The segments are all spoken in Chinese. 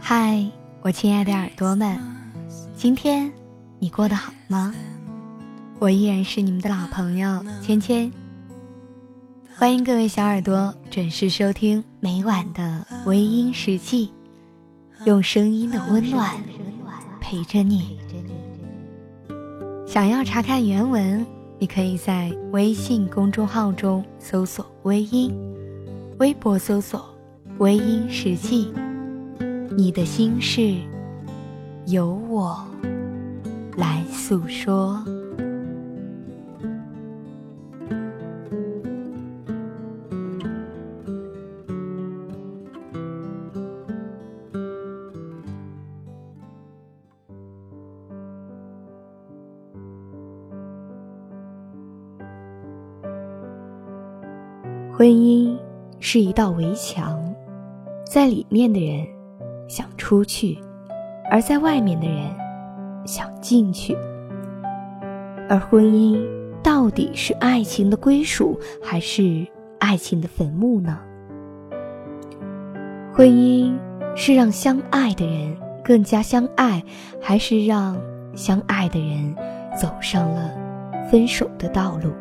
嗨，我亲爱的耳朵们，今天你过得好吗？我依然是你们的老朋友芊芊，欢迎各位小耳朵准时收听每晚的微音时记，用声音的温暖陪着你。想要查看原文，你可以在微信公众号中搜索微音，微博搜索微音时记，你的心事由我来诉说。婚姻是一道围墙，在里面的人想出去，而在外面的人想进去。而婚姻到底是爱情的归属，还是爱情的坟墓呢？婚姻是让相爱的人更加相爱，还是让相爱的人走上了分手的道路？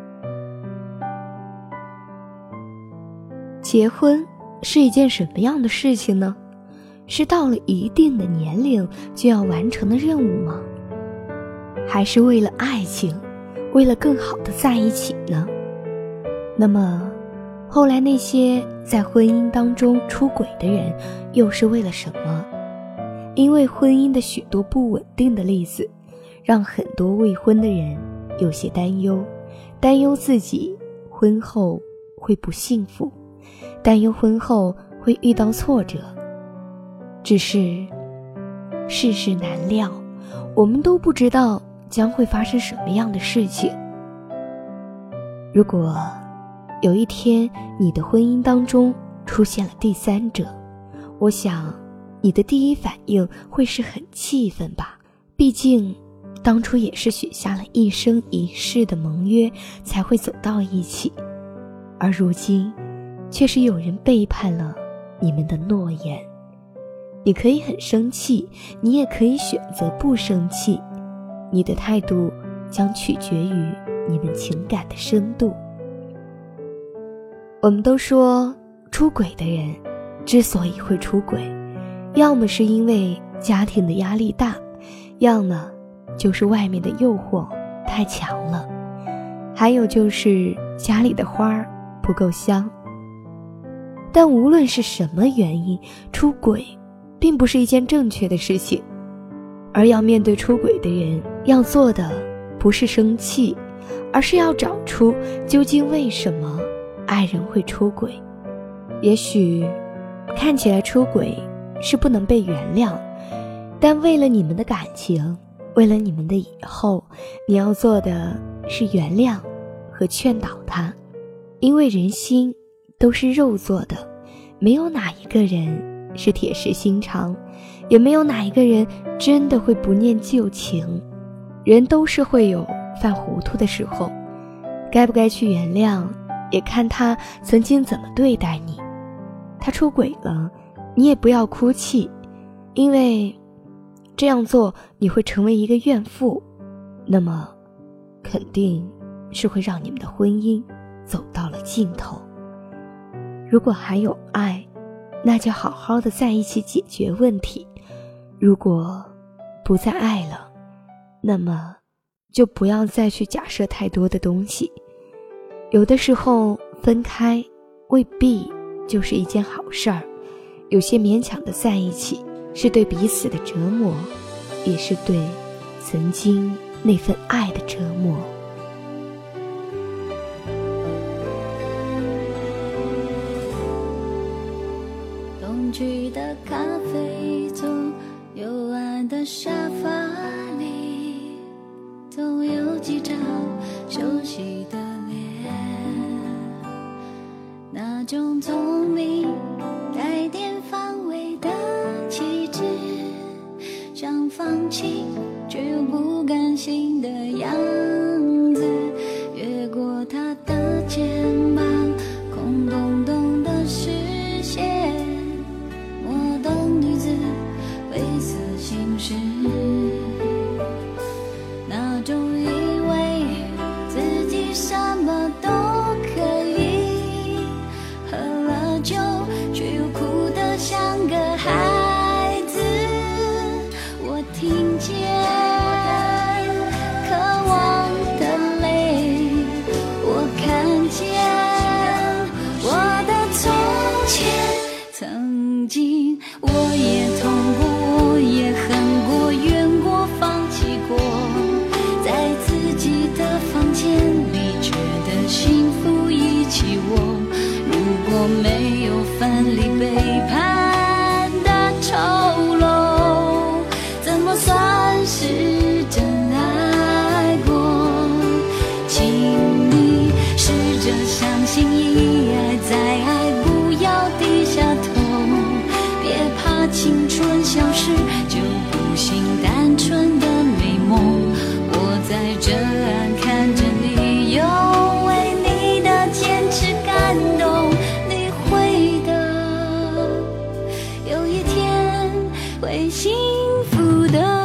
结婚是一件什么样的事情呢？是到了一定的年龄就要完成的任务吗？还是为了爱情，为了更好的在一起呢？那么后来那些在婚姻当中出轨的人又是为了什么？因为婚姻的许多不稳定的例子，让很多未婚的人有些担忧，担忧自己婚后会不幸福，担忧婚后会遇到挫折。只是世事难料，我们都不知道将会发生什么样的事情。如果有一天你的婚姻当中出现了第三者，我想你的第一反应会是很气愤吧，毕竟当初也是许下了一生一世的盟约才会走到一起，而如今却是有人背叛了你们的诺言。你可以很生气，你也可以选择不生气，你的态度将取决于你们情感的深度。我们都说出轨的人之所以会出轨，要么是因为家庭的压力大，要么就是外面的诱惑太强了，还有就是家里的花不够香。但无论是什么原因，出轨并不是一件正确的事情，而要面对出轨的人，要做的不是生气，而是要找出究竟为什么爱人会出轨。也许看起来出轨是不能被原谅，但为了你们的感情，为了你们的以后，你要做的是原谅和劝导他。因为人心都是肉做的，没有哪一个人是铁石心肠，也没有哪一个人真的会不念旧情。人都是会有犯糊涂的时候，该不该去原谅，也看他曾经怎么对待你。他出轨了，你也不要哭泣，因为这样做你会成为一个怨妇，那么肯定是会让你们的婚姻走到了尽头。如果还有爱，那就好好的在一起解决问题。如果不再爱了，那么就不要再去假设太多的东西。有的时候分开未必就是一件好事儿，有些勉强的在一起是对彼此的折磨，也是对曾经那份爱的折磨。 东区的咖啡座，幽暗的沙发里，总有几张熟悉的脸，那种聪明带点防卫的气质，想放弃却又不甘心的样子，越过他的肩膀，空洞洞的视线，莫懂女子酒，却又哭得像个孩子。我听见渴望的泪，我看见我的从前。曾经我也痛过，我也恨过，怨过，放弃过，在自己的房间里觉得幸福一起握。如果没有分离背叛的丑陋，怎么算是真爱过？请你试着相信一爱再爱，不要低下头，别怕青春消失就不行单纯的美梦。我在这岸看着你，又为你的坚持感动。你会的，有一天会幸福的。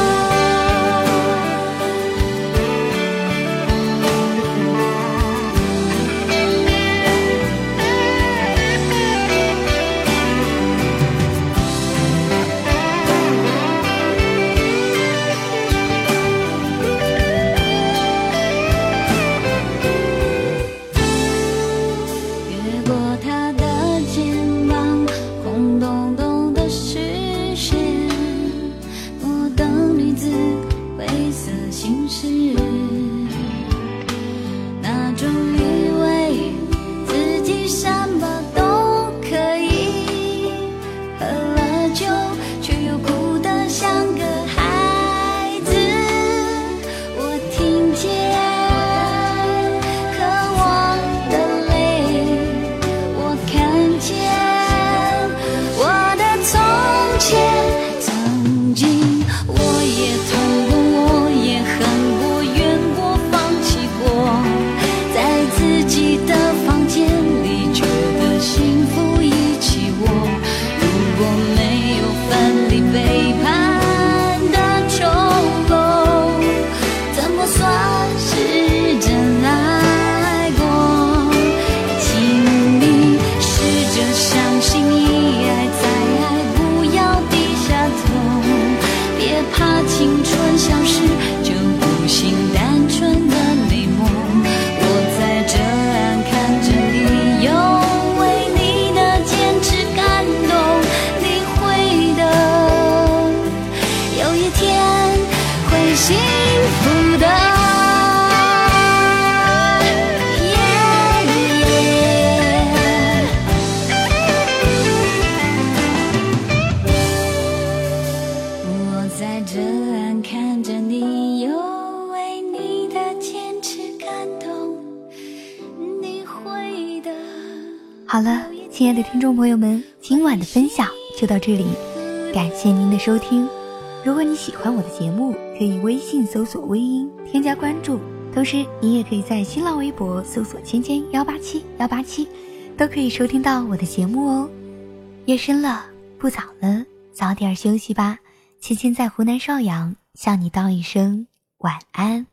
好了，亲爱的听众朋友们，今晚的分享就到这里，感谢您的收听。如果你喜欢我的节目，可以微信搜索微音添加关注，同时你也可以在新浪微博搜索18187，都可以收听到我的节目哦。夜深了，不早了，早点休息吧。芊芊在湖南邵阳向你道一声晚安。